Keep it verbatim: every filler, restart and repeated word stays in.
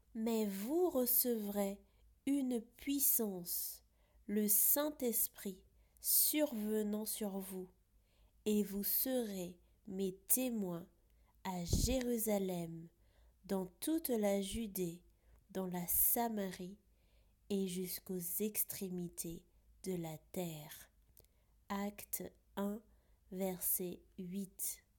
Mais vous recevrez une puissance, le Saint-Esprit survenant sur vous, et vous serez mes témoins à Jérusalem, dans toute la Judée, dans la Samarie et jusqu'aux extrémités de la terre. Acte un, verset huit.